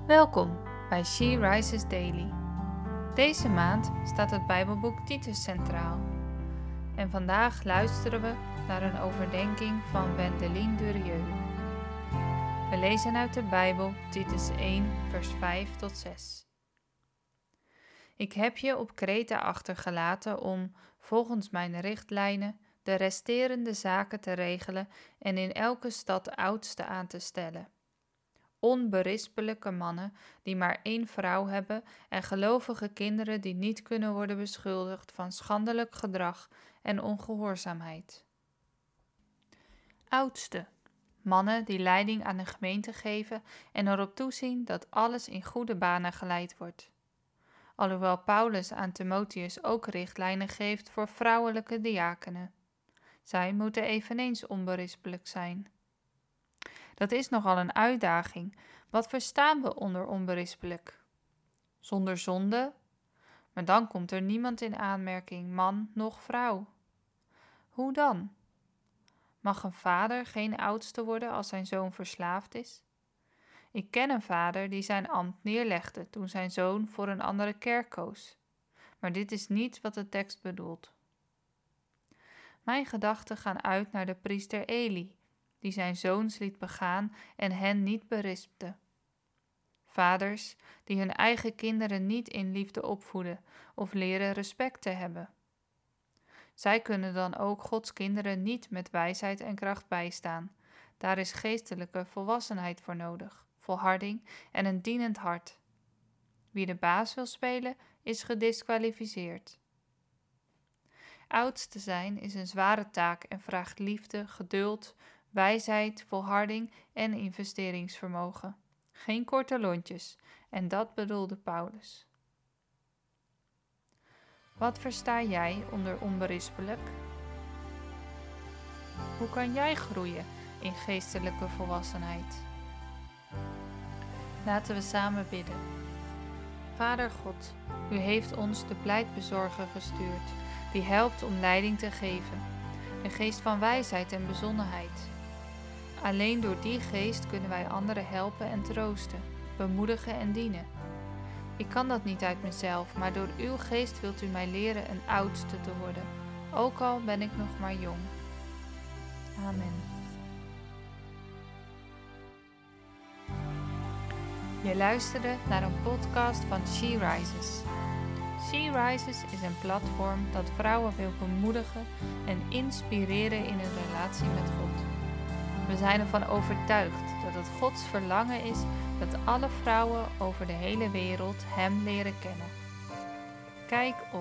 Welkom bij She Rises Daily. Deze maand staat het Bijbelboek Titus centraal. En vandaag luisteren we naar een overdenking van Wendelin Durieux. We lezen uit de Bijbel Titus 1 vers 5 tot 6. Ik heb je op Kreta achtergelaten om, volgens mijn richtlijnen, de resterende zaken te regelen en in elke stad oudsten aan te stellen. Onberispelijke mannen die maar één vrouw hebben en gelovige kinderen die niet kunnen worden beschuldigd van schandelijk gedrag en ongehoorzaamheid. Oudsten, mannen die leiding aan de gemeente geven en erop toezien dat alles in goede banen geleid wordt. Alhoewel Paulus aan Timotheus ook richtlijnen geeft voor vrouwelijke diakenen. Zij moeten eveneens onberispelijk zijn. Dat is nogal een uitdaging. Wat verstaan we onder onberispelijk? Zonder zonde? Maar dan komt er niemand in aanmerking, man noch vrouw. Hoe dan? Mag een vader geen oudste worden als zijn zoon verslaafd is? Ik ken een vader die zijn ambt neerlegde toen zijn zoon voor een andere kerk koos. Maar dit is niet wat de tekst bedoelt. Mijn gedachten gaan uit naar de priester Eli, die zijn zoons liet begaan en hen niet berispte. Vaders die hun eigen kinderen niet in liefde opvoeden of leren respect te hebben. Zij kunnen dan ook Gods kinderen niet met wijsheid en kracht bijstaan. Daar is geestelijke volwassenheid voor nodig, volharding en een dienend hart. Wie de baas wil spelen, is gediskwalificeerd. Oudste zijn is een zware taak en vraagt liefde, geduld, wijsheid, volharding en investeringsvermogen. Geen korte lontjes, en dat bedoelde Paulus. Wat versta jij onder onberispelijk? Hoe kan jij groeien in geestelijke volwassenheid? Laten we samen bidden. Vader God, u heeft ons de pleitbezorger gestuurd, die helpt om leiding te geven, de geest van wijsheid en bezonnenheid. Alleen door die geest kunnen wij anderen helpen en troosten, bemoedigen en dienen. Ik kan dat niet uit mezelf, maar door uw geest wilt u mij leren een oudste te worden, ook al ben ik nog maar jong. Amen. Je luisterde naar een podcast van She Rises. She Rises is een platform dat vrouwen wil bemoedigen en inspireren in hun relatie met God. We zijn ervan overtuigd dat het Gods verlangen is dat alle vrouwen over de hele wereld Hem leren kennen. Kijk op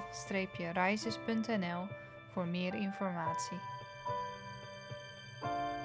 www.she-rises.nl voor meer informatie.